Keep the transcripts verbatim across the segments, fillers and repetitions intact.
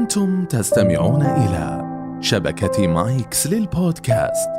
أنتم تستمعون إلى شبكة مايكس للبودكاست.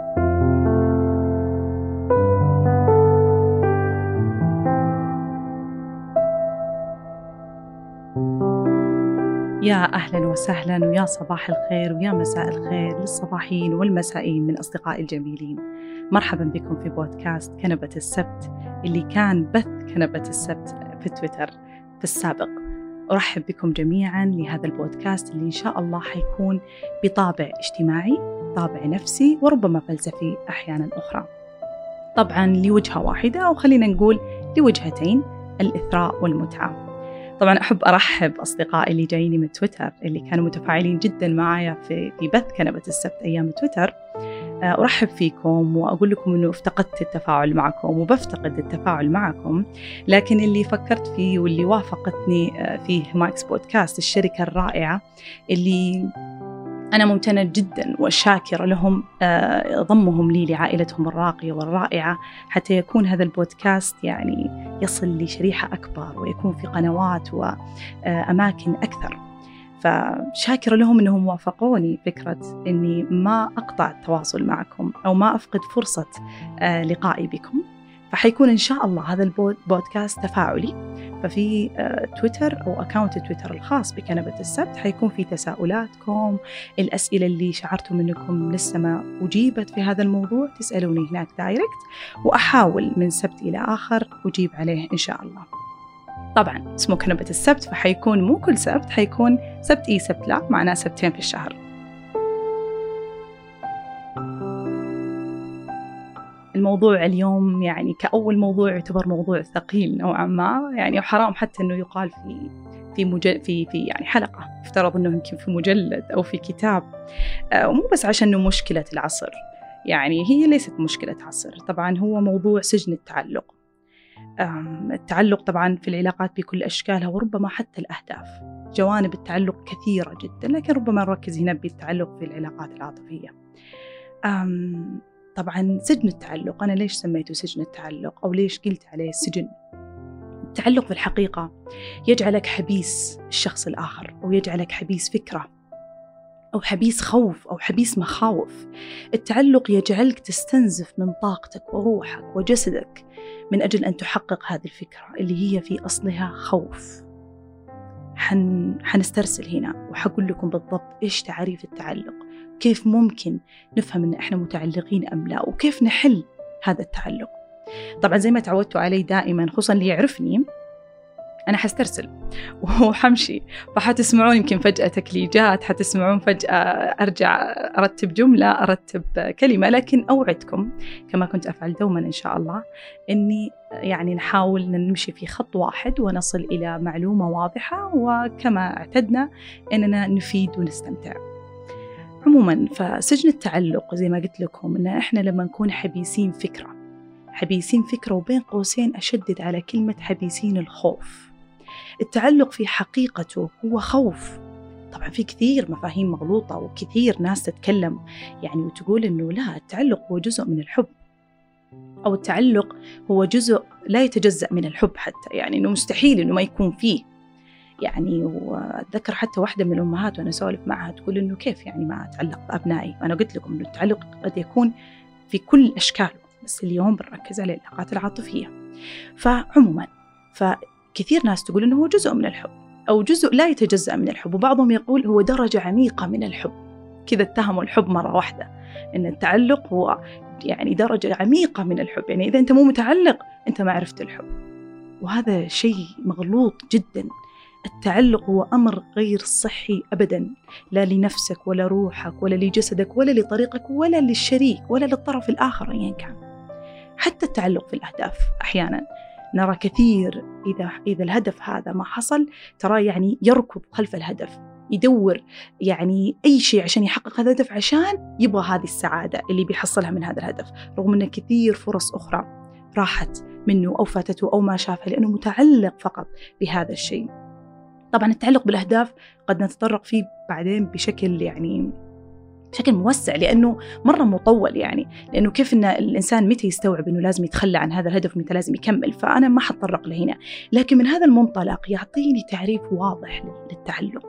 يا أهلا وسهلا ويا صباح الخير ويا مساء الخير للصباحين والمسائين من أصدقائي الجميلين. مرحبا بكم في بودكاست كنبة السبت اللي كان بث كنبة السبت في تويتر في السابق. أرحب بكم جميعا لهذا البودكاست اللي إن شاء الله حيكون بطابع اجتماعي، طابع نفسي وربما فلسفي أحيانا أخرى، طبعا لوجهة واحدة أو خلينا نقول لوجهتين، الإثراء والمتعة. طبعا أحب أرحب أصدقائي اللي جاييني من تويتر اللي كانوا متفاعلين جدا معايا في في بث كنبة السبت أيام تويتر. أرحب فيكم وأقول لكم أنه افتقدت التفاعل معكم وبفتقد التفاعل معكم، لكن اللي فكرت فيه واللي وافقتني فيه مايكس بودكاست، الشركة الرائعة اللي أنا ممتنة جدا وشاكرة لهم ضمهم لي لعائلتهم الراقية والرائعة حتى يكون هذا البودكاست يعني يصل لشريحة أكبر ويكون في قنوات وأماكن أكثر. فشاكرة لهم أنهم وافقوني فكرة أني ما أقطع التواصل معكم أو ما أفقد فرصة لقائي بكم. فحيكون إن شاء الله هذا البودكاست تفاعلي، ففي تويتر أو أكاونت تويتر الخاص بكنبة السبت حيكون في تساؤلاتكم، الأسئلة اللي شعرتم أنكم لسه ما أجيبت في هذا الموضوع تسألوني هناك دايركت، وأحاول من سبت إلى آخر أجيب عليه إن شاء الله. طبعا اسمه كنبة السبت، فحيكون مو كل سبت، حيكون سبت إيه سبت لا، معناه سبتين في الشهر. الموضوع اليوم يعني كأول موضوع يعتبر موضوع ثقيل نوعا ما، يعني وحرام حتى إنه يقال في في مجل في في يعني حلقة، افترض إنه يمكن في مجلد أو في كتاب، ومو بس عشان إنه مشكلة العصر، يعني هي ليست مشكلة عصر. طبعا هو موضوع سجن التعلق. التعلق طبعا في العلاقات بكل أشكالها وربما حتى الأهداف. جوانب التعلق كثيرة جدا، لكن ربما نركز هنا بالتعلق في العلاقات العاطفية. طبعا سجن التعلق، أنا ليش سميته سجن التعلق أو ليش قلت عليه سجن؟ التعلق في الحقيقة يجعلك حبيس الشخص الآخر، أو يجعلك حبيس فكرة، أو حبيس خوف، أو حبيس مخاوف. التعلق يجعلك تستنزف من طاقتك وروحك وجسدك من أجل أن تحقق هذه الفكرة اللي هي في أصلها خوف. حن... حنسترسل هنا وحقول لكم بالضبط إيش تعريف التعلق، كيف ممكن نفهم إن إحنا متعلقين أم لا، وكيف نحل هذا التعلق. طبعا زي ما تعودتوا علي دائما، خصوصا اللي يعرفني أنا حسترسل وحمشي، فحتسمعون يمكن فجأة تكليجات، حتسمعون فجأة أرجع أرتب جملة، أرتب كلمة، لكن أوعدكم كما كنت أفعل دوما إن شاء الله أني يعني نحاول نمشي في خط واحد ونصل إلى معلومة واضحة، وكما اعتدنا أننا نفيد ونستمتع. عموما فسجن التعلق زي ما قلت لكم إن إحنا لما نكون حبيسين فكرة، حبيسين فكرة وبين قوسين أشدد على كلمة حبيسين الخوف. التعلق في حقيقته هو خوف. طبعا في كثير مفاهيم مغلوطة وكثير ناس تتكلم يعني وتقول إنه لا، التعلق هو جزء من الحب، أو التعلق هو جزء لا يتجزأ من الحب حتى، يعني إنه مستحيل إنه ما يكون فيه. يعني وأتذكر حتى واحدة من الأمهات وأنا سولف معها تقول إنه كيف يعني ما أتعلق بأبنائي؟ أنا قلت لكم إنه التعلق قد يكون في كل أشكاله، بس اليوم بنركز على العلاقات العاطفية. فعموما فكثير ناس تقول إنه هو جزء من الحب أو جزء لا يتجزأ من الحب، وبعضهم يقول هو درجة عميقة من الحب. كذا اتهموا الحب مرة واحدة، إن التعلق هو يعني درجة عميقة من الحب، يعني إذا أنت مو متعلق أنت ما عرفت الحب، وهذا شيء مغلوط جدا. التعلق هو أمر غير صحي أبدا، لا لنفسك ولا روحك ولا لجسدك ولا لطريقك ولا للشريك ولا للطرف الآخر أيا كان. حتى التعلق في الأهداف أحيانا نرى كثير إذا إذا الهدف هذا ما حصل، ترى يعني يركض خلف الهدف، يدور يعني أي شيء عشان يحقق هذا الهدف، عشان يبغى هذه السعادة اللي بيحصلها من هذا الهدف، رغم أن كثير فرص أخرى راحت منه أو فاتته أو ما شافها لأنه متعلق فقط بهذا الشيء. طبعا التعلق بالأهداف قد نتطرق فيه بعدين بشكل يعني بشكل موسع، لأنه مرة مطول، يعني لأنه كيف إن الإنسان متى يستوعب إنه لازم يتخلى عن هذا الهدف متى لازم يكمل، فأنا ما حتطرق له هنا. لكن من هذا المنطلق يعطيني تعريف واضح للتعلق.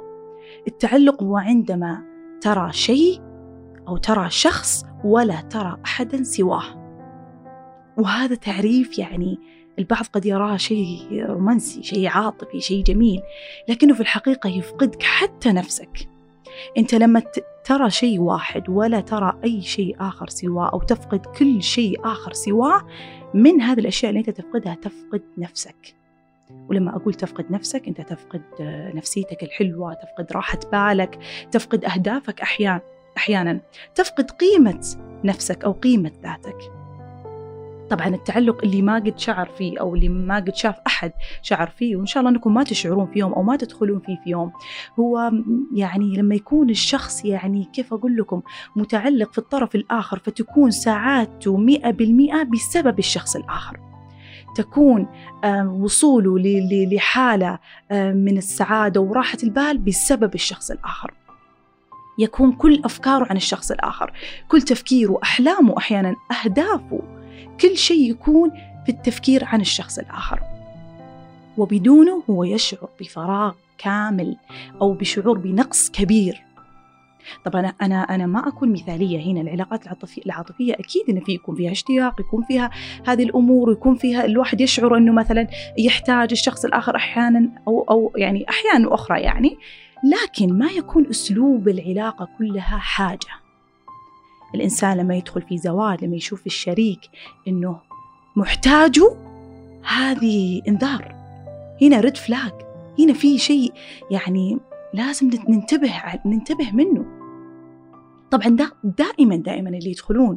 التعلق هو عندما ترى شيء أو ترى شخص ولا ترى أحدا سواه. وهذا تعريف يعني البعض قد يراه شيء رومانسي، شيء عاطفي، شيء جميل، لكنه في الحقيقة يفقدك حتى نفسك. أنت لما ترى شيء واحد ولا ترى أي شيء آخر سواه، أو تفقد كل شيء آخر سواه، من هذه الأشياء اللي أنت تفقدها تفقد نفسك. ولما أقول تفقد نفسك، أنت تفقد نفسيتك الحلوة، تفقد راحة بالك، تفقد أهدافك، أحيانا أحيانا تفقد قيمة نفسك أو قيمة ذاتك. طبعا التعلق اللي ما قد شعر فيه أو اللي ما قد شاف أحد شعر فيه، وإن شاء الله أنكم ما تشعرون في يوم أو ما تدخلون فيه في يوم، هو يعني لما يكون الشخص يعني كيف أقول لكم متعلق في الطرف الآخر، فتكون سعادته مئة بالمئة بسبب الشخص الآخر. تكون وصوله لحالة من السعادة وراحة البال بسبب الشخص الآخر. يكون كل أفكاره عن الشخص الآخر، كل تفكيره، أحلامه، أحيانا أهدافه، كل شيء يكون في التفكير عن الشخص الآخر. وبدونه هو يشعر بفراغ كامل أو بشعور بنقص كبير. طبعا أنا أنا ما أكون مثالية هنا. العلاقات العاطفية العاطفية أكيد إن في يكون فيها اشتياق، يكون فيها هذه الأمور، ويكون فيها الواحد يشعر إنه مثلا يحتاج الشخص الآخر أحيانا أو أو يعني أحيانا أخرى يعني، لكن ما يكون أسلوب العلاقة كلها حاجة. الإنسان لما يدخل في زواج، لما يشوف الشريك إنه محتاجه، هذه إنذار، هنا ريد فلاج، هنا في شيء يعني لازم ننتبه ننتبه منه. طبعا دا دائما دائما اللي يدخلون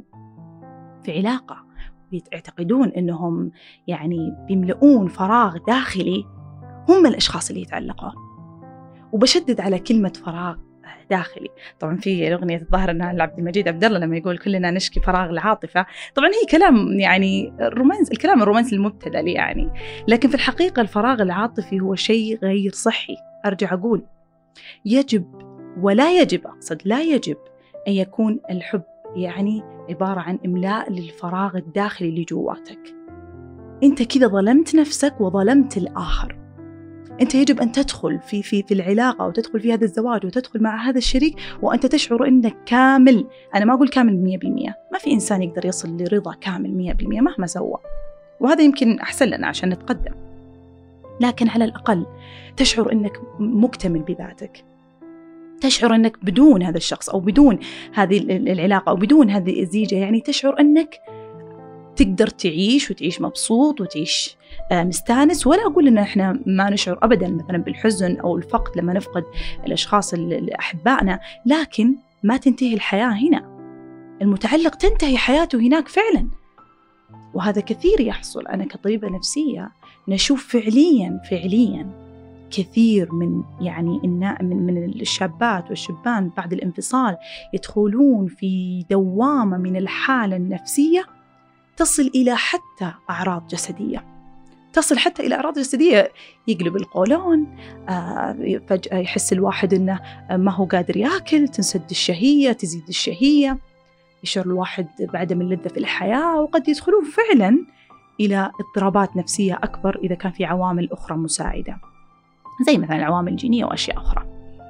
في علاقة ويعتقدون إنهم يعني بيملؤون فراغ داخلي هم الأشخاص اللي يتعلقون. وبشدد على كلمة فراغ داخلي. طبعا في أغنية الظاهر أنها لعبد المجيد عبد الله لما يقول كلنا نشكي فراغ العاطفة، طبعا هي كلام يعني الرومانس، الكلام الرومانسي المبتذل يعني، لكن في الحقيقة الفراغ العاطفي هو شيء غير صحي. أرجع أقول يجب ولا يجب، أقصد لا يجب أن يكون الحب يعني عبارة عن إملاء للفراغ الداخلي اللي جواتك. أنت كذا ظلمت نفسك وظلمت الآخر. أنت يجب أن تدخل في في في العلاقة وتدخل في هذا الزواج وتدخل مع هذا الشريك وأنت تشعر إنك كامل. أنا ما أقول كامل مية بالمية، ما في إنسان يقدر يصل لرضا كامل مية بالمية مهما سوى، وهذا يمكن أحسن لنا عشان نتقدم، لكن على الأقل تشعر إنك مكتمل بذاتك، تشعر أنك بدون هذا الشخص أو بدون هذه العلاقة أو بدون هذه الزيجة يعني تشعر أنك تقدر تعيش وتعيش مبسوط وتعيش مستانس. ولا أقول إن إحنا ما نشعر أبداً مثلاً بالحزن أو الفقد لما نفقد الأشخاص اللي أحبائنا، لكن ما تنتهي الحياة هنا. المتعلق تنتهي حياته هناك فعلاً، وهذا كثير يحصل. أنا كطبيبة نفسية نشوف فعلياً فعلياً كثير من يعني من من الشابات والشبان بعد الانفصال يدخلون في دوامة من الحالة النفسية تصل إلى حتى أعراض جسدية، تصل حتى إلى أعراض جسدية، يقلب القولون، آه فجأة يحس الواحد إنه ما هو قادر يأكل، تنسد الشهية، تزيد الشهية، يشعر الواحد بعدم اللذة في الحياة، وقد يدخلون فعلا إلى اضطرابات نفسية أكبر إذا كان في عوامل أخرى مساعدة زي مثلا العوامل الجينية وأشياء أخرى.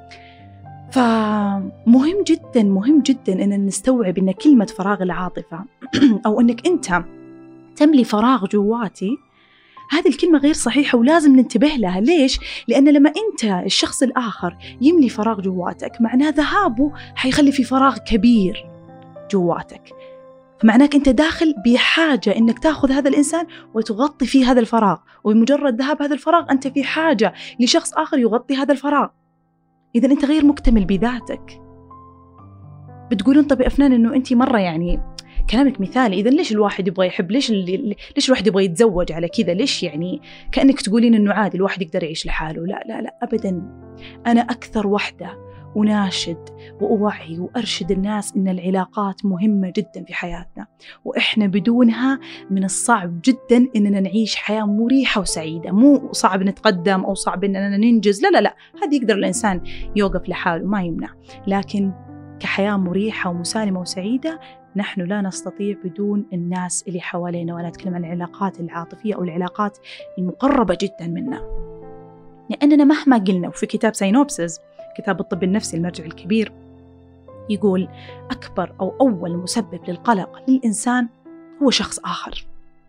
فمهم جدا مهم جدا أن نستوعب أن كلمة فراغ العاطفة أو أنك أنت تملي فراغ جواتي، هذه الكلمة غير صحيحة ولازم ننتبه لها. ليش؟ لأن لما أنت الشخص الآخر يملي فراغ جواتك معناه ذهابه حيخلي في فراغ كبير جواتك، فمعناك أنت داخل بحاجة أنك تأخذ هذا الإنسان وتغطي فيه هذا الفراغ، وبمجرد ذهاب هذا الفراغ أنت في حاجة لشخص آخر يغطي هذا الفراغ. إذا أنت غير مكتمل بذاتك. بتقولون طب يا أفنان إنه أنت مرة يعني كلامك مثالي، إذا ليش الواحد يبغى يحب؟ ليش اللي ليش الواحد يبغى يتزوج على كذا؟ ليش يعني كأنك تقولين إنه عادي الواحد يقدر يعيش لحاله؟ لا لا لا أبدا. أنا أكثر وحدة أناشد وأوعي وأرشد الناس إن العلاقات مهمة جدا في حياتنا، وإحنا بدونها من الصعب جدا إننا نعيش حياة مريحة وسعيدة. مو صعب نتقدم أو صعب إننا ننجز، لا لا لا، هذا يقدر الإنسان يوقف لحاله ما يمنع، لكن كحياة مريحة ومسالمة وسعيدة نحن لا نستطيع بدون الناس اللي حوالينا. وأنا أتكلم عن العلاقات العاطفية أو العلاقات المقربة جدا منا، لأننا مهما قلنا، وفي كتاب ساينوبسز كتاب الطب النفسي المرجع الكبير يقول أكبر أو أول مسبب للقلق للإنسان هو شخص آخر.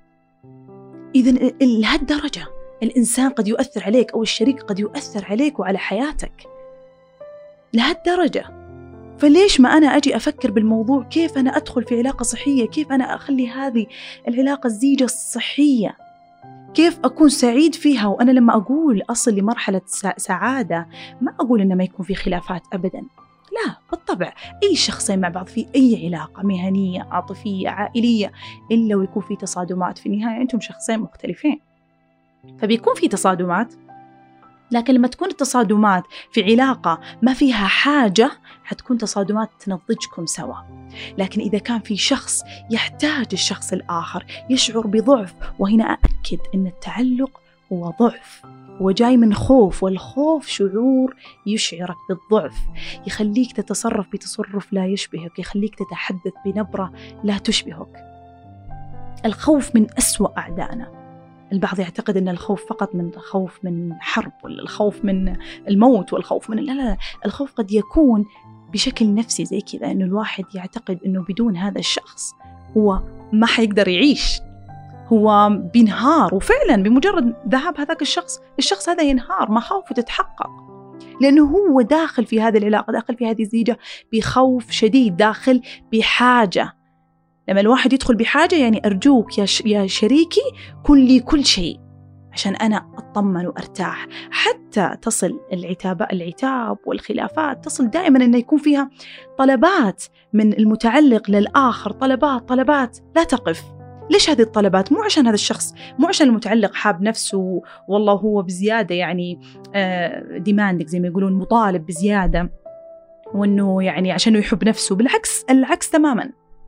إذن لهالدرجة الإنسان قد يؤثر عليك، أو الشريك قد يؤثر عليك وعلى حياتك لهالدرجة. فليش ما أنا أجي أفكر بالموضوع كيف أنا أدخل في علاقة صحية، كيف أنا أخلي هذه العلاقة الزيجة الصحية، كيف أكون سعيد فيها. وأنا لما أقول أصل لمرحلة سعادة ما أقول إن ما يكون في خلافات أبداً، لا بالطبع أي شخصين مع بعض في أي علاقة مهنية عاطفية عائلية إلا ويكون في تصادمات، في النهاية أنتم شخصين مختلفين فبيكون في تصادمات. لكن لما تكون التصادمات في علاقة ما فيها حاجة حتكون تصادمات تنضجكم سوا. لكن إذا كان في شخص يحتاج الشخص الآخر يشعر بضعف، وهنا أأكد أن التعلق هو ضعف، هو جاي من خوف، والخوف شعور يشعرك بالضعف، يخليك تتصرف بتصرف لا يشبهك، يخليك تتحدث بنبرة لا تشبهك. الخوف من أسوأ أعدائنا. البعض يعتقد أن الخوف فقط من خوف من حرب، ولا الخوف من الموت، والخوف من لا لا لا الخوف قد يكون بشكل نفسي زي كذا، أنه الواحد يعتقد أنه بدون هذا الشخص هو ما حيقدر يعيش، هو بينهار. وفعلا بمجرد ذهاب هذاك الشخص الشخص هذا ينهار، مخاوفه تتحقق، لأنه هو داخل في هذه العلاقة، داخل في هذه الزيجة بخوف شديد، داخل بحاجة. لما الواحد يدخل بحاجة يعني أرجوك يا, ش... يا شريكي كن لي كل شيء عشان أنا أطمن وأرتاح. حتى تصل العتاب العتاب والخلافات تصل دائما أن يكون فيها طلبات من المتعلق للآخر، طلبات طلبات لا تقف. ليش هذه الطلبات؟ مو عشان هذا الشخص، مو عشان المتعلق حاب نفسه والله هو بزيادة يعني ديماندك زي ما يقولون، مطالب بزيادة، وأنه يعني عشانه يحب نفسه. بالعكس، العكس تماما.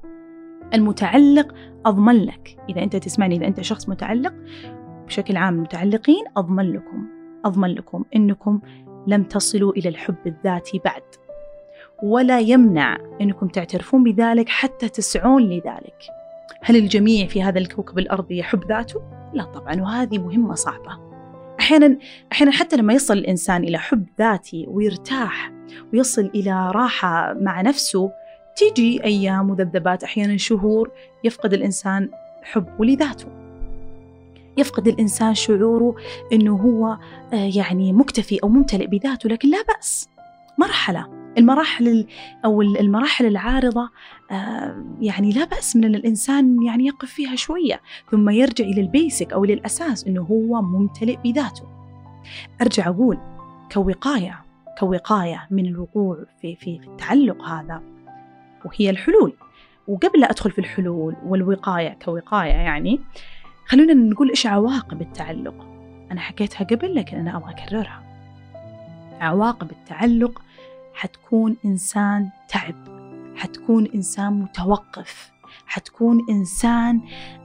المتعلق أضمن لك، إذا أنت تسمعني، إذا أنت شخص متعلق بشكل عام، المتعلقين أضمن لكم أضمن لكم أنكم لم تصلوا إلى الحب الذاتي بعد، ولا يمنع أنكم تعترفون بذلك حتى تسعون لذلك. هل الجميع في هذا الكوكب الأرضي يحب ذاته؟ لا طبعا، وهذه مهمة صعبة. أحيانا أحيانا حتى لما يصل الإنسان إلى حب ذاتي ويرتاح ويصل إلى راحة مع نفسه، تيجي أيام وذبذبات، أحيانا شهور، يفقد الإنسان حبه لذاته، يفقد الإنسان شعوره أنه هو يعني مكتفي أو ممتلئ بذاته. لكن لا بأس، مرحلة المراحل أو المراحل العارضة يعني لا بأس من أن الإنسان يعني يقف فيها شوية، ثم يرجع إلى البيسك أو للأساس أنه هو ممتلئ بذاته. أرجع أقول كوقاية كوقاية من الوقوع في في التعلق هذا، وهي الحلول. وقبل لا أدخل في الحلول والوقاية كوقاية، يعني خلونا نقول إيش عواقب التعلق. أنا حكيتها قبل لكن أنا أبغى أكررها. عواقب التعلق حتكون إنسان تعب، حتكون إنسان متوقف، حتكون إنسان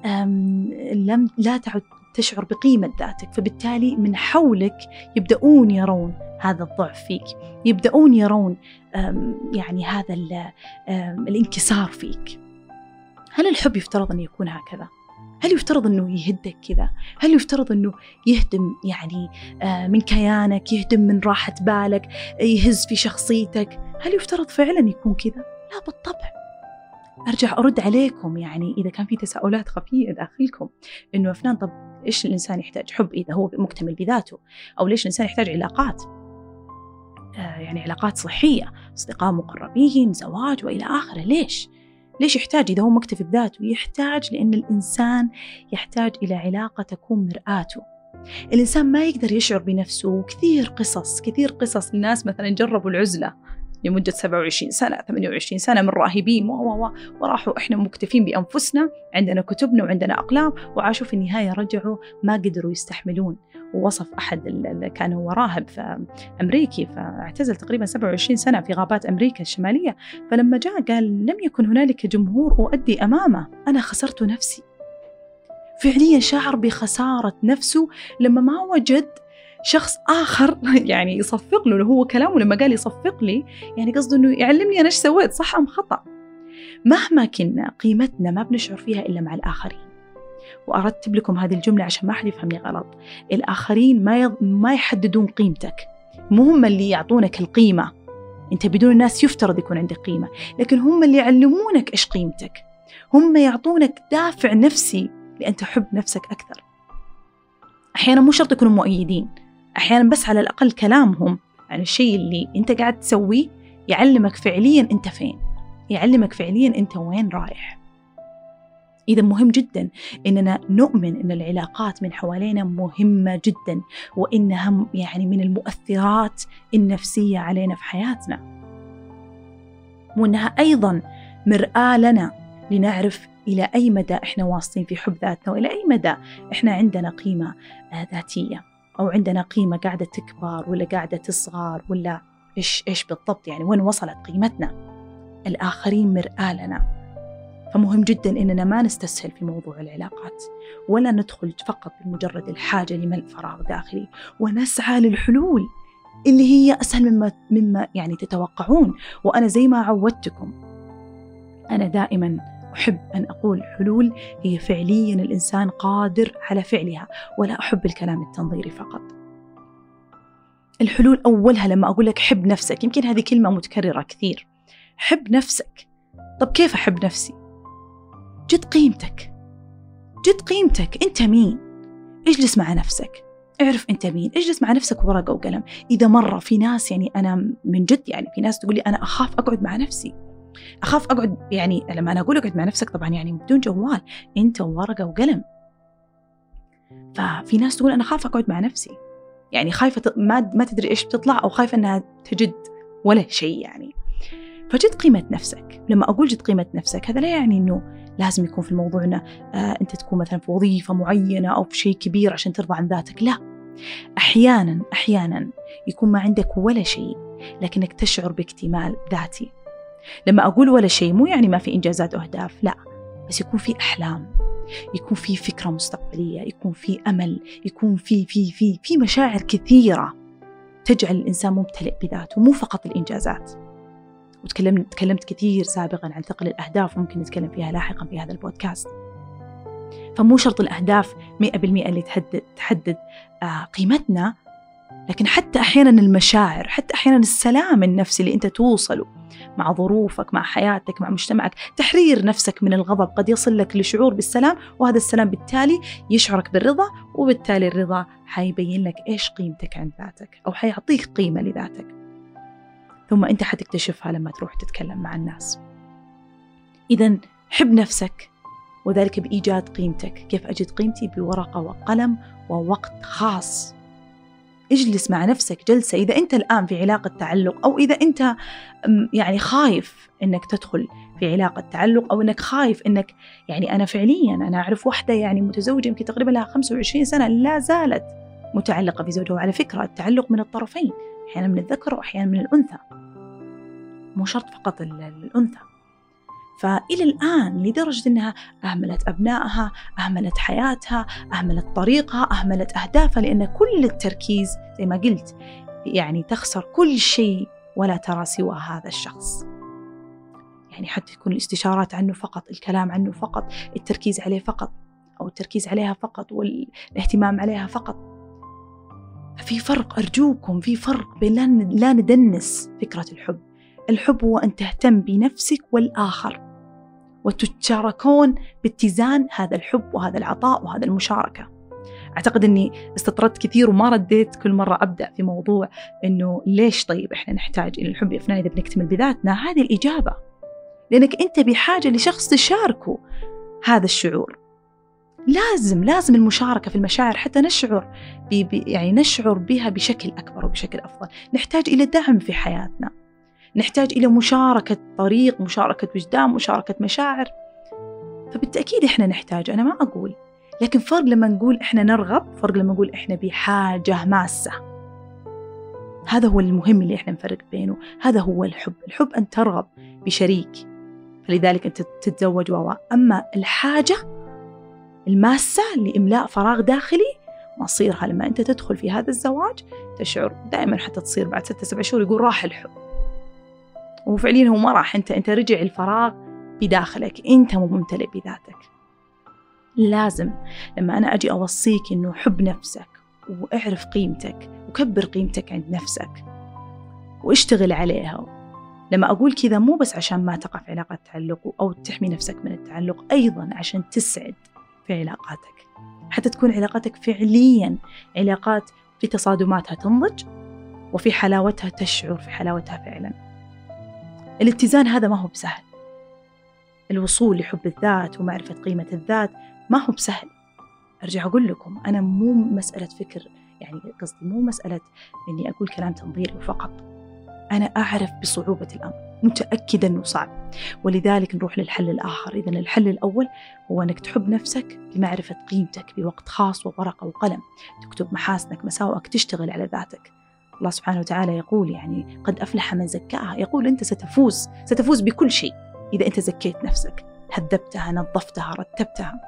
لم لا تعد تشعر بقيمة ذاتك، فبالتالي من حولك يبدأون يرون هذا الضعف فيك، يبدأون يرون يعني هذا الانكسار فيك. هل الحب يفترض أن يكون هكذا؟ هل يفترض أنه يهدك كذا؟ هل يفترض أنه يهدم يعني من كيانك، يهدم من راحة بالك، يهز في شخصيتك؟ هل يفترض فعلا يكون كذا؟ لا بالطبع. أرجع أرد عليكم، يعني إذا كان في تساؤلات خفية داخلكم إنه أفنان طب إيش الإنسان يحتاج حب إذا هو مكتمل بذاته؟ أو ليش الإنسان يحتاج علاقات؟ آه يعني علاقات صحية، أصدقاء مقربين، زواج وإلى آخره. ليش؟ ليش يحتاج إذا هو مكتفي بذاته؟ يحتاج لأن الإنسان يحتاج إلى علاقة تكون مرآته. الإنسان ما يقدر يشعر بنفسه. كثير قصص كثير قصص لناس مثلا جربوا العزلة لمدة سبعة وعشرين سنة ثمانية وعشرين سنة من راهبين و و وراحوا إحنا مكتفين بأنفسنا، عندنا كتبنا وعندنا أقلام، وعاشوا في النهاية رجعوا ما قدروا يستحملون. ووصف أحد اللي كان هو راهب في أمريكي، فاعتزل تقريبا سبعة وعشرين سنة في غابات أمريكا الشمالية، فلما جاء قال لم يكن هنالك جمهور أؤدي أمامه، أنا خسرت نفسي. فعليا شعر بخسارة نفسه لما ما وجد شخص آخر يعني يصفق له. هو كلامه لما قال يصفق لي يعني قصده أنه يعلمني أنا إيش سويت صح أم خطأ. مهما كنا قيمتنا ما بنشعر فيها إلا مع الآخرين. وأرتب لكم هذه الجملة عشان ما أحد يفهمني غلط. الآخرين ما يض... ما يحددون قيمتك. مو هم اللي يعطونك القيمة، أنت بدون الناس يفترض يكون عندك قيمة، لكن هم اللي يعلمونك إيش قيمتك، هم يعطونك دافع نفسي لأن تحب نفسك أكثر. أحيانا مو شرط يكونوا مؤيدين، أحيانا بس على الأقل كلامهم عن الشيء اللي أنت قاعد تسويه يعلمك فعليا أنت فين، يعلمك فعليا أنت وين رايح. إذا مهم جدا إننا نؤمن إن العلاقات من حوالينا مهمة جدا، وإنها يعني من المؤثرات النفسية علينا في حياتنا، وإنها أيضا مرآة لنا لنعرف إلى أي مدى إحنا واصلين في حب ذاتنا، وإلى أي مدى إحنا عندنا قيمة ذاتية، أو عندنا قيمة قاعدة تكبر ولا قاعدة تصغر، ولا إيش إيش بالضبط، يعني وين وصلت قيمتنا. الآخرين مرآة لنا، فمهم جدا إننا ما نستسهل في موضوع العلاقات، ولا ندخل فقط بمجرد الحاجة لملء فراغ داخلي، ونسعى للحلول اللي هي أسهل مما مما يعني تتوقعون. وأنا زي ما عودتكم، أنا دائما أحب أن أقول حلول هي فعليا الإنسان قادر على فعلها، ولا أحب الكلام التنظيري فقط. الحلول أولها لما أقول لك حب نفسك، يمكن هذه كلمة متكررة كثير، حب نفسك. طب كيف أحب نفسي؟ جد قيمتك، جد قيمتك، أنت مين؟ اجلس مع نفسك، اعرف أنت مين، اجلس مع نفسك ورقة وقلم. إذا مرة في ناس، يعني أنا من جد يعني في ناس تقول لي أنا أخاف أقعد مع نفسي، أخاف أقعد، يعني لما أنا أقول أقعد مع نفسك طبعا يعني بدون جوال، أنت وورقة وقلم. ففي ناس تقول أنا أخاف أقعد مع نفسي، يعني خايفة ما ما تدري إيش بتطلع، أو خايفة أنها تجد ولا شيء يعني. فجد قيمة نفسك. لما أقول جد قيمة نفسك، هذا لا يعني أنه لازم يكون في الموضوع أنه آه أنت تكون مثلا في وظيفة معينة أو في شيء كبير عشان ترضى عن ذاتك، لا. أحيانا أحيانا يكون ما عندك ولا شيء لكنك تشعر باكتمال ذاتي. لما أقول ولا شيء مو يعني ما في إنجازات وأهداف، لا، بس يكون في أحلام، يكون في فكرة مستقبلية، يكون في أمل، يكون في في في في مشاعر كثيرة تجعل الإنسان ممتلئ بذاته، مو فقط الإنجازات. وتكلمت تكلمت كثير سابقا عن ثقل الأهداف، وممكن نتكلم فيها لاحقا في هذا البودكاست. فمو شرط الأهداف مئة بالمئة اللي تحدد تحدد آه قيمتنا، لكن حتى أحيانا المشاعر، حتى أحيانا السلام النفسي اللي أنت توصله مع ظروفك، مع حياتك، مع مجتمعك، تحرير نفسك من الغضب قد يصل لك لشعور بالسلام، وهذا السلام بالتالي يشعرك بالرضا، وبالتالي الرضا حيبين لك إيش قيمتك عند ذاتك، أو حيعطيك قيمة لذاتك، ثم أنت حتكتشفها لما تروح تتكلم مع الناس. إذن حب نفسك، وذلك بإيجاد قيمتك. كيف أجد قيمتي؟ بورقة وقلم ووقت خاص. اجلس مع نفسك جلسة. إذا أنت الآن في علاقة تعلق، أو إذا أنت يعني خايف أنك تدخل في علاقة تعلق، أو أنك خايف أنك، يعني أنا فعليا أنا أعرف واحدة يعني متزوجة يمكن تقريبا لها خمسة وعشرين سنة لا زالت متعلقة في زوجها. وعلى فكرة التعلق من الطرفين، أحيانا من الذكر وأحيانا من الأنثى، مو شرط فقط الأنثى. فإلى الآن لدرجة أنها أهملت أبنائها، أهملت حياتها، أهملت طريقها، أهملت أهدافها، لأن كل التركيز زي ما قلت يعني تخسر كل شيء ولا ترى سوى هذا الشخص. يعني حتى يكون الاستشارات عنه فقط، الكلام عنه فقط، التركيز عليه فقط، أو التركيز عليها فقط، والاهتمام عليها فقط. في فرق، أرجوكم في فرق بين لا ندنس فكرة الحب. الحب هو أن تهتم بنفسك والآخر، وتتشاركون باتزان هذا الحب وهذا العطاء وهذا المشاركة. أعتقد أني استطردت كثير وما رديت كل مرة أبدأ في موضوع أنه ليش طيب إحنا نحتاج إلى الحب يا فنان إذا بنكتمل بذاتنا. هذه الإجابة، لأنك أنت بحاجة لشخص تشاركه هذا الشعور. لازم لازم المشاركة في المشاعر حتى نشعر ب يعني نشعر بها بشكل أكبر وبشكل أفضل. نحتاج إلى دعم في حياتنا، نحتاج إلى مشاركة طريق، مشاركة وجدان، مشاركة مشاعر. فبالتأكيد إحنا نحتاج، أنا ما أقول، لكن فرق لما نقول إحنا نرغب، فرق لما نقول إحنا بحاجة ماسة. هذا هو المهم اللي إحنا نفرق بينه. هذا هو الحب. الحب أن ترغب بشريك، فلذلك أنت تتزوج. و أما الحاجة الماسة لإملاء فراغ داخلي، مصيرها لما أنت تدخل في هذا الزواج تشعر دائما، حتى تصير بعد ستة سبع شهور يقول راح الحب، وفعليا هو ما راح. أنت أنت رجع الفراغ بداخلك، أنت مو ممتلئ بذاتك. لازم لما أنا أجي أوصيك إنه حب نفسك، واعرف قيمتك، وكبر قيمتك عند نفسك واشتغل عليها. لما أقول كذا مو بس عشان ما تقع في علاقة تعلق أو تحمي نفسك من التعلق، أيضا عشان تسعد في علاقاتك، حتى تكون علاقاتك فعليا علاقات في تصادماتها تنضج وفي حلاوتها تشعر في حلاوتها فعلا. الاتزان هذا ما هو بسهل. الوصول لحب الذات ومعرفة قيمة الذات ما هو بسهل. أرجع أقول لكم أنا مو مسألة فكر، يعني قصدي مو مسألة إني أقول كلام تنظيري فقط، أنا أعرف بصعوبة الأمر، متأكدة أنه صعب، ولذلك نروح للحل الآخر. إذن الحل الأول هو أنك تحب نفسك بمعرفة قيمتك بوقت خاص وورقة وقلم، تكتب محاسنك مساوئك، تشتغل على ذاتك. الله سبحانه وتعالى يقول يعني قد أفلح من زكاها، يقول أنت ستفوز ستفوز بكل شيء إذا أنت زكيت نفسك، هذبتها، نظفتها، رتبتها.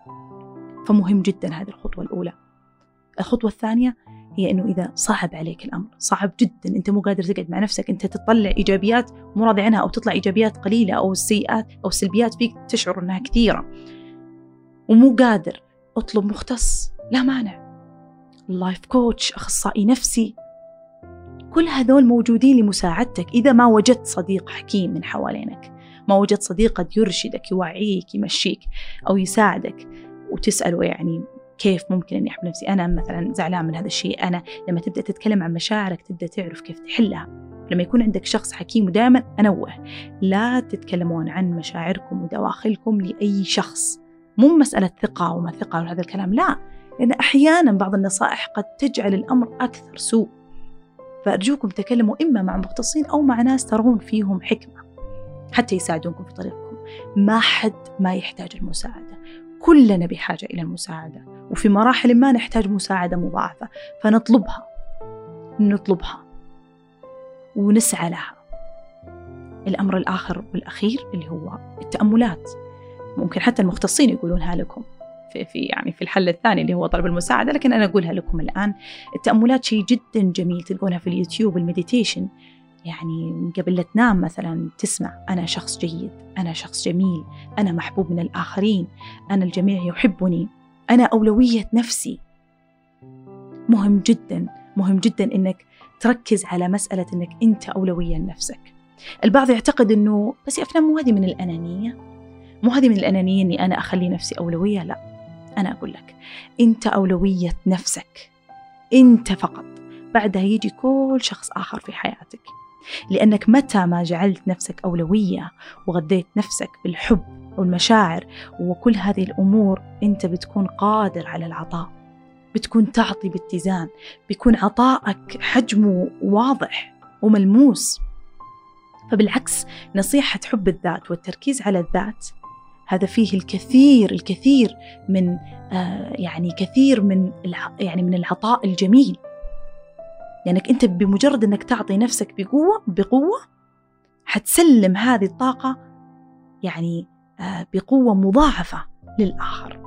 فمهم جدا هذه الخطوة الأولى. الخطوة الثانية هي أنه إذا صعب عليك الأمر، صعب جدا، أنت مو قادر تقعد مع نفسك، أنت تطلع إيجابيات مو راضي عنها أو تطلع إيجابيات قليلة أو السيئات أو السلبيات فيك تشعر أنها كثيرة ومو قادر، أطلب مختص، لا مانع، لايف كوتش، أخصائي نفسي، كل هذول موجودين لمساعدتك. إذا ما وجدت صديق حكيم من حوالينك، ما وجدت صديق قد يرشدك يوعيك يمشيك أو يساعدك وتسأله يعني كيف ممكن أني أحب نفسي، أنا مثلا زعلان من هذا الشيء، أنا لما تبدأ تتكلم عن مشاعرك تبدأ تعرف كيف تحلها. لما يكون عندك شخص حكيم، ودائما أنوه لا تتكلمون عن مشاعركم ودواخلكم لأي شخص، مو مسألة ثقة وما ثقة وهذا الكلام، لا، لأن أحيانا بعض النصائح قد تجعل الأمر أكثر سوء. فأرجوكم تكلموا إما مع مختصين أو مع ناس ترون فيهم حكمة حتى يساعدونكم في طريقكم. ما حد ما يحتاج المساعدة، كلنا بحاجة إلى المساعدة، وفي مراحل ما نحتاج مساعدة مضاعفة، فنطلبها نطلبها ونسعى لها. الأمر الآخر والأخير اللي هو التأملات، ممكن حتى المختصين يقولونها لكم في في يعني في الحل الثاني اللي هو طلب المساعدة، لكن أنا أقولها لكم الآن. التأملات شيء جدا جميل، تلقونها في اليوتيوب، المديتيشن، يعني قبل لا تنام مثلا تسمع أنا شخص جيد، أنا شخص جميل، أنا محبوب من الآخرين، أنا الجميع يحبني، أنا أولوية نفسي. مهم جدا مهم جدا إنك تركز على مسألة إنك أنت أولوية لنفسك. البعض يعتقد إنه بس يا أفنان مو هذه من الأنانية، مو هذه من الأنانية إني أنا أخلي نفسي أولوية. لا، أنا أقول لك أنت أولوية نفسك، أنت فقط، بعدها يجي كل شخص آخر في حياتك. لأنك متى ما جعلت نفسك أولوية وغذيت نفسك بالحب والمشاعر وكل هذه الأمور، أنت بتكون قادر على العطاء، بتكون تعطي باتزان، بيكون عطائك حجمه واضح وملموس. فبالعكس، نصيحة حب الذات والتركيز على الذات هذا فيه الكثير الكثير من آه يعني كثير من يعني من العطاء الجميل. لأنك يعني أنت بمجرد أنك تعطي نفسك بقوة بقوة حتسلم هذه الطاقة يعني آه بقوة مضاعفة للآخر.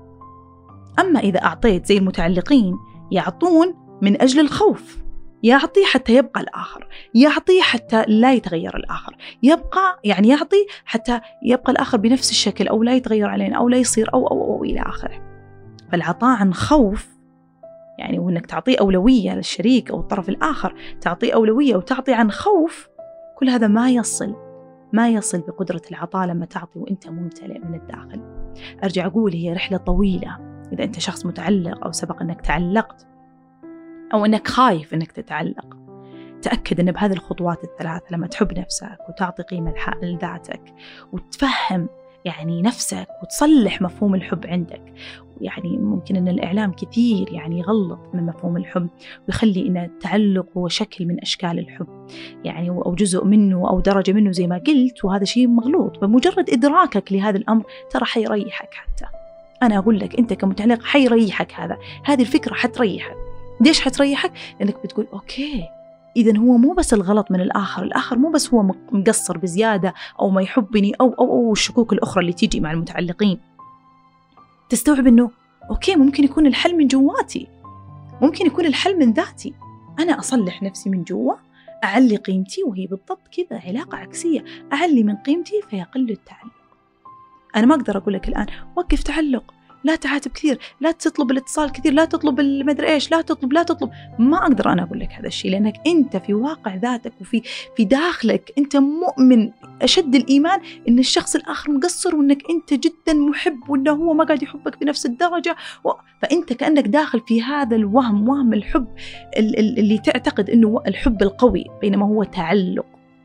أما إذا أعطيت زي المتعلقين يعطون من أجل الخوف، يعطي حتى يبقى الآخر، يعطي حتى لا يتغير الآخر، يبقى يعني يعطي حتى يبقى الآخر بنفس الشكل أو لا يتغير علينا أو لا يصير أو أو, أو إلى آخره. فالعطاء عن خوف يعني وإنك تعطي أولوية للشريك أو الطرف الآخر، تعطي أولوية وتعطي عن خوف، كل هذا ما يصل ما يصل بقدرة العطاء لما تعطي وإنت ممتلئ من الداخل. أرجع أقول هي رحلة طويلة. إذا أنت شخص متعلق أو سبق أنك تعلقت أو أنك خايف أنك تتعلق، تأكد أن بهذه الخطوات الثلاثة لما تحب نفسك وتعطي قيمة لذاتك وتفهم يعني نفسك وتصلح مفهوم الحب عندك. يعني ممكن أن الإعلام كثير يعني يغلط من مفهوم الحب ويخلي أن التعلق هو شكل من أشكال الحب يعني أو جزء منه أو درجة منه زي ما قلت، وهذا شيء مغلوط. بمجرد إدراكك لهذا الأمر ترى حيريحك. حتى أنا أقول لك أنت كمتعلق حيريحك، هذا هذه الفكرة حتريحك. ليش حتريحك؟ لأنك بتقول أوكي إذن هو مو بس الغلط من الآخر، الآخر مو بس هو مقصر بزيادة أو ما يحبني أو أو أو الشكوك الأخرى اللي تيجي مع المتعلقين. تستوعب إنه أوكي ممكن يكون الحل من جواتي، ممكن يكون الحل من ذاتي. أنا أصلح نفسي من جوا، أعلي قيمتي، وهي بالضبط كذا علاقة عكسية، أعلي من قيمتي فيقل التعلق. أنا ما أقدر أقول لك الآن وقف تعلق، لا تعاتب كثير، لا تطلب الاتصال كثير، لا تطلب المدري إيش، لا تطلب لا تطلب ما أقدر أنا أقول لك هذا الشيء، لأنك أنت في واقع ذاتك وفي في داخلك أنت مؤمن أشد الإيمان إن الشخص الآخر مقصر، وإنك أنت جدا محب، وإنه هو ما قاعد يحبك بنفس الدرجة و... فأنت كأنك داخل في هذا الوهم، وهم الحب اللي تعتقد إنه الحب القوي، بينما هو تعلق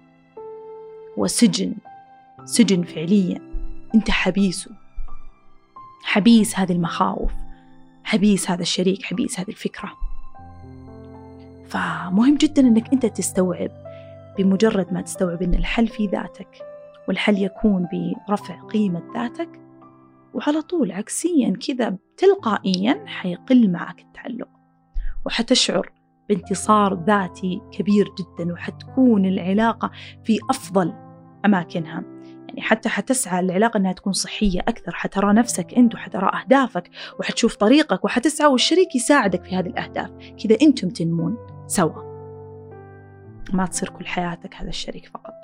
وسجن، سجن فعليا أنت حبيسه، حبيس هذه المخاوف، حبيس هذا الشريك، حبيس هذه الفكرة. فمهم جدا أنك أنت تستوعب، بمجرد ما تستوعب أن الحل في ذاتك، والحل يكون برفع قيمة ذاتك، وعلى طول عكسيا كذا تلقائيا حيقل معك التعلق، وحتشعر بانتصار ذاتي كبير جدا، وحتكون العلاقة في أفضل أماكنها. يعني حتى حتسعى العلاقة أنها تكون صحية أكثر، حترى نفسك أنت، وحترى أهدافك، وحتشوف طريقك، وحتسعى، والشريك يساعدك في هذه الأهداف. كذا أنتم تنمون سوا، ما تصير كل حياتك هذا الشريك فقط.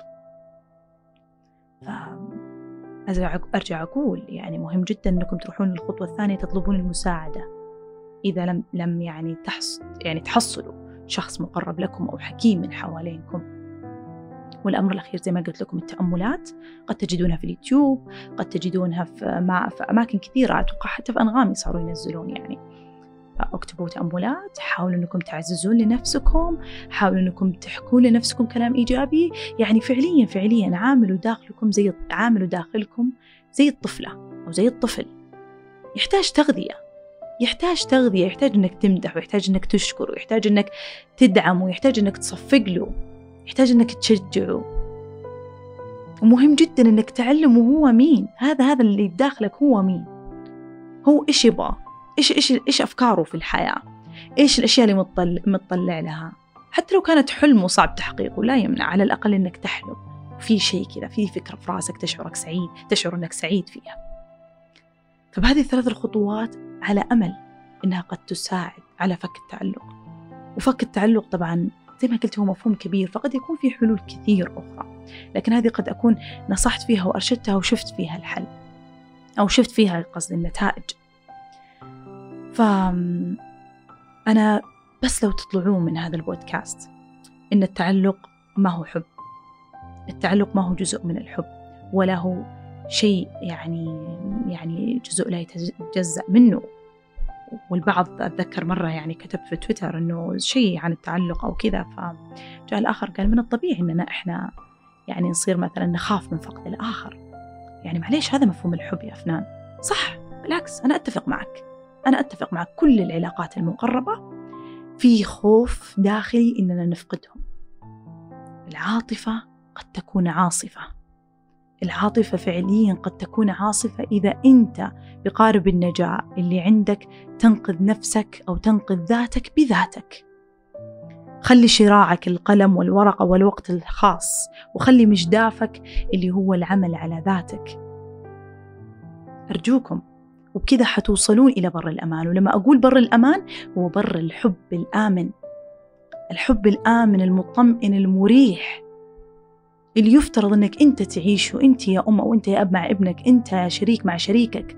فأرجع أقول يعني مهم جدا أنكم تروحون للخطوة الثانية، تطلبون المساعدة إذا لم لم يعني تحص يعني تحصلوا شخص مقرب لكم أو حكيم من حوالينكم. والأمر الأخير زي ما قلت لكم التأملات، قد تجدونها في اليوتيوب، قد تجدونها في, مع في أماكن كثيرة، أتوقع حتى في أنغامي صاروا ينزلون. يعني فاكتبوا تأملات، حاولوا أنكم تعززون لنفسكم، حاولوا أنكم تحكوا لنفسكم كلام إيجابي. يعني فعليا فعليا عاملوا داخلكم زي عاملوا داخلكم زي الطفلة أو زي الطفل، يحتاج تغذية، يحتاج تغذية، يحتاج أنك تمدح، ويحتاج أنك تشكر، ويحتاج أنك تدعم، ويحتاج أنك تصفق له، يحتاج أنك تشجعه. ومهم جدا أنك تعلمه هو مين، هذا هذا اللي بداخلك هو مين، هو إيش يبغى، إيش إيش إيش أفكاره في الحياة، إيش الأشياء اللي مطلع مطلع لها. حتى لو كانت حلم وصعب تحقيقه لا يمنع على الأقل أنك تحلم في شيء كذا، في فكرة في راسك تشعرك سعيد، تشعر أنك سعيد فيها. فبهذه الثلاث الخطوات على أمل أنها قد تساعد على فك التعلق. وفك التعلق طبعا زي ما قلت هو مفهوم كبير، فقد يكون في حلول كثير أخرى، لكن هذه قد أكون نصحت فيها وأرشدتها وشفت فيها الحل، أو شفت فيها قصد النتائج. فأنا بس لو تطلعون من هذا البودكاست إن التعلق ما هو حب، التعلق ما هو جزء من الحب، ولا هو شيء يعني يعني جزء لا يتجزأ منه. والبعض أتذكر مرة يعني كتب في تويتر إنه شيء عن التعلق أو كذا، فجاء الآخر قال من الطبيعي إننا إحنا يعني نصير مثلا نخاف من فقد الآخر. يعني معليش هذا مفهوم الحب يا أفنان؟ صح، بالعكس أنا أتفق معك، أنا أتفق مع كل العلاقات المقربة في خوف داخلي إننا نفقدهم. العاطفة قد تكون عاصفة، العاطفة فعليا قد تكون عاصفة إذا أنت بقارب النجاة اللي عندك تنقذ نفسك أو تنقذ ذاتك بذاتك. خلي شراعك القلم والورقة والوقت الخاص، وخلي مجدافك اللي هو العمل على ذاتك. أرجوكم، وبكذا حتوصلون إلى بر الأمان. ولما أقول بر الأمان هو بر الحب الآمن، الحب الآمن المطمئن المريح اللي يفترض أنك أنت تعيشه، أنت يا أم أو أنت يا أب مع ابنك، أنت يا شريك مع شريكك.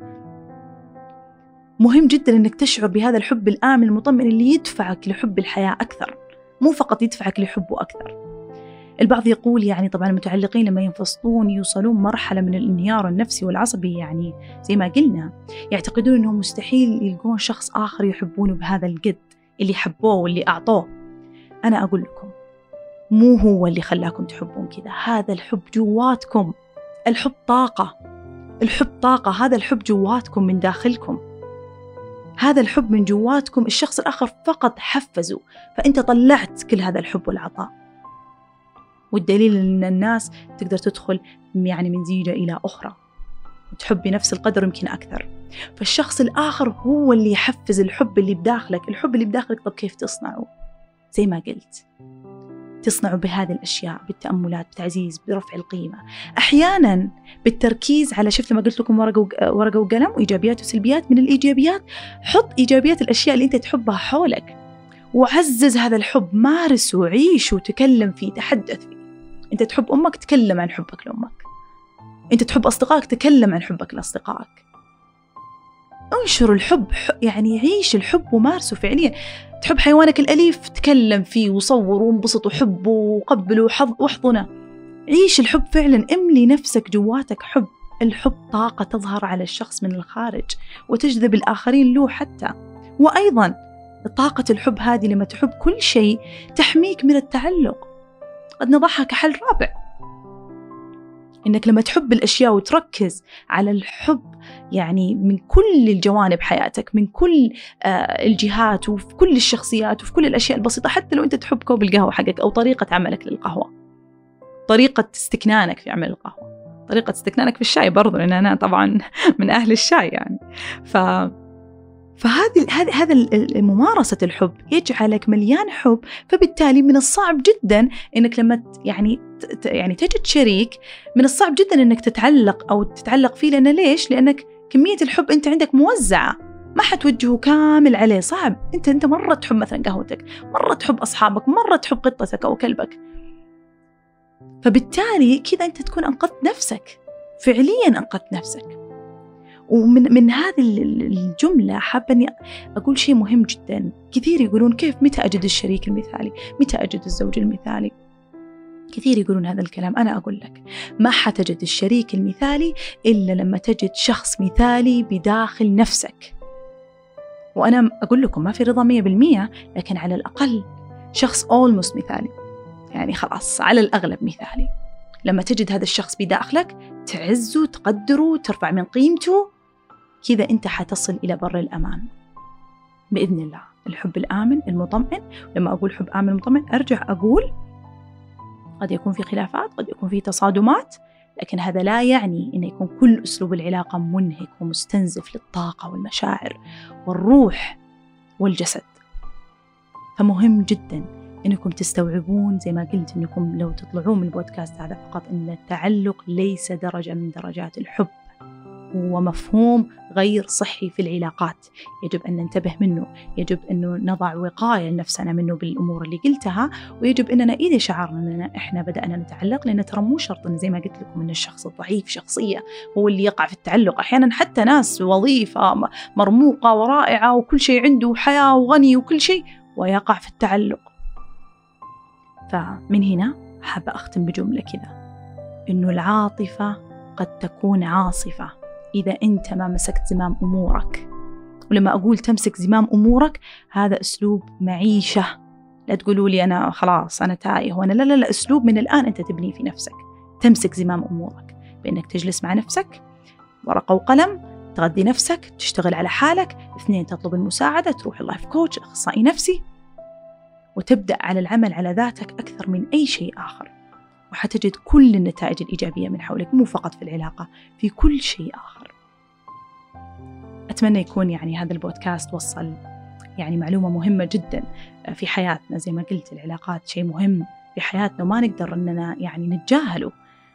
مهم جدا أنك تشعر بهذا الحب الآمن المطمئن اللي يدفعك لحب الحياة أكثر، مو فقط يدفعك لحبه أكثر. البعض يقول يعني طبعا المتعلقين لما ينفصلون يوصلون مرحلة من الانهيار النفسي والعصبي، يعني زي ما قلنا يعتقدون أنهم مستحيل يلقون شخص آخر يحبونه بهذا القد اللي حبوه واللي أعطوه. أنا أقول لكم مو هو اللي خلاكم تحبون كذا، هذا الحب جواتكم. الحب طاقة، الحب طاقة، هذا الحب جواتكم من داخلكم، هذا الحب من جواتكم. الشخص الآخر فقط حفزه، فأنت طلعت كل هذا الحب والعطاء. والدليل أن الناس تقدر تدخل يعني من زيجة إلى أخرى وتحب بنفس القدر يمكن أكثر. فالشخص الآخر هو اللي يحفز الحب اللي بداخلك. الحب اللي بداخلك طب كيف تصنعه؟ زي ما قلت تصنعه بهذه الأشياء، بالتأملات، بتعزيز، برفع القيمة، أحيانا بالتركيز على، شفت لما قلت لكم ورقة ورقة وقلم وإيجابيات وسلبيات. من الإيجابيات حط إيجابيات الأشياء اللي أنت تحبها حولك، وعزز هذا الحب، مارسه، عيشه، تكلم فيه، تحدث فيه. أنت تحب أمك، تكلم عن حبك لأمك. أنت تحب أصدقائك، تكلم عن حبك لأصدقائك. انشر الحب، يعني عيش الحب ومارسه فعليا. تحب حيوانك الأليف، تكلم فيه وصور وانبسط وحبه وقبله واحضنه. عيش الحب فعلا، املي نفسك جواتك حب. الحب طاقة تظهر على الشخص من الخارج وتجذب الآخرين له حتى. وأيضا طاقة الحب هذه لما تحب كل شيء تحميك من التعلق. قد نضعها كحل رابع، إنك لما تحب الأشياء وتركز على الحب يعني من كل الجوانب حياتك، من كل آه الجهات وفي كل الشخصيات وفي كل الأشياء البسيطة، حتى لو أنت تحب كوب القهوة حقك أو طريقة عملك للقهوة، طريقة استكنانك في عمل القهوة، طريقة استكنانك في الشاي برضو، لأن أنا طبعا من أهل الشاي يعني. ف فهذه هذا هذا ممارسة الحب يجعلك مليان حب. فبالتالي من الصعب جدا إنك لما يعني يعني تجد شريك، من الصعب جدا إنك تتعلق أو تتعلق فيه. لأن ليش؟ لأنك كمية الحب أنت عندك موزعة، ما حتوجهه كامل عليه. صعب. أنت أنت مرة تحب مثلا قهوتك، مرة تحب أصحابك، مرة تحب قطتك أو كلبك. فبالتالي كذا أنت تكون أنقذت نفسك، فعليا أنقذت نفسك. ومن من هذه الجملة حابة أني أقول شيء مهم جدا. كثير يقولون كيف متى أجد الشريك المثالي، متى أجد الزوج المثالي. كثير يقولون هذا الكلام. أنا أقول لك ما حتجد الشريك المثالي إلا لما تجد شخص مثالي بداخل نفسك. وأنا أقول لكم ما في رضا مية بالمية، لكن على الأقل شخص almost مثالي، يعني خلاص على الأغلب مثالي. لما تجد هذا الشخص بداخلك تعزه، تقدره، ترفع من قيمته، كذا أنت حتصل إلى بر الأمان بإذن الله. الحب الآمن المطمئن. لما أقول حب آمن مطمئن أرجع أقول قد يكون في خلافات، قد يكون في تصادمات، لكن هذا لا يعني أن يكون كل أسلوب العلاقة منهك ومستنزف للطاقة والمشاعر والروح والجسد. فمهم جدا أنكم تستوعبون زي ما قلت، أنكم لو تطلعون من البودكاست هذا فقط، أن التعلق ليس درجة من درجات الحب، هو مفهوم غير صحي في العلاقات، يجب أن ننتبه منه، يجب أنه نضع وقاية لنفسنا منه بالأمور اللي قلتها. ويجب أننا إذا شعرنا أننا إحنا بدأنا نتعلق، لأن ترى مو شرط أن زي ما قلت لكم أن الشخص الضعيف شخصية هو اللي يقع في التعلق. أحيانا حتى ناس وظيفة مرموقة ورائعة وكل شيء عنده حياة وغني وكل شيء ويقع في التعلق. فمن هنا حابة أختم بجملة كذا، إنه العاطفة قد تكون عاصفة إذا أنت ما مسكت زمام أمورك. ولما أقول تمسك زمام أمورك، هذا أسلوب معيشة. لا تقولوا لي أنا خلاص أنا تايه وأنا لا لا لا أسلوب من الآن أنت تبني في نفسك. تمسك زمام أمورك بأنك تجلس مع نفسك، ورقة وقلم، تغذي نفسك، تشتغل على حالك. اثنين، تطلب المساعدة، تروح اللايف كوتش، أخصائي نفسي، وتبدأ على العمل على ذاتك أكثر من أي شيء آخر. وحتجد كل النتائج الإيجابية من حولك، مو فقط في العلاقة، في كل شيء آخر. أتمنى يكون يعني هذا البودكاست وصل يعني معلومة مهمة جدا في حياتنا. زي ما قلت العلاقات شيء مهم في حياتنا وما نقدر أننا يعني نتجاهله.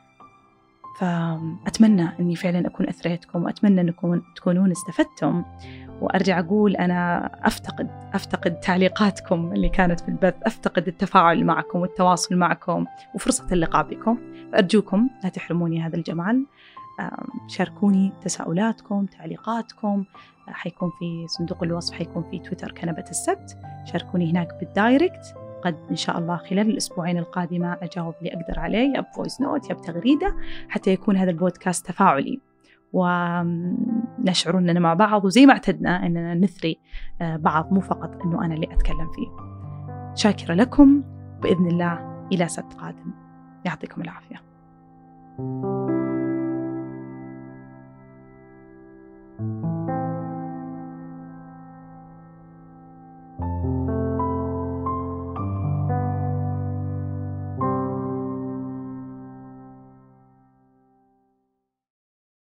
فأتمنى أني فعلا أكون أثريتكم، وأتمنى أنكم تكونون استفدتم. وأرجع أقول أنا أفتقد أفتقد تعليقاتكم اللي كانت في البث، أفتقد التفاعل معكم والتواصل معكم وفرصة اللقاء بكم. فأرجوكم لا تحرموني هذا الجمال. شاركوني تساؤلاتكم، تعليقاتكم، حيكون في صندوق الوصف، حيكون في تويتر كنبة السبت. شاركوني هناك بالدايركت. قد إن شاء الله خلال الأسبوعين القادمة أجاوب اللي أقدر عليه، يا بفويس نوت يا بتغريدة، حتى يكون هذا البودكاست تفاعلي ونشعر أننا مع بعض، وزي ما اعتدنا أننا نثري بعض، مو فقط أنه أنا اللي أتكلم فيه. شاكرة لكم، بإذن الله إلى سبت قادم. يعطيكم العافية.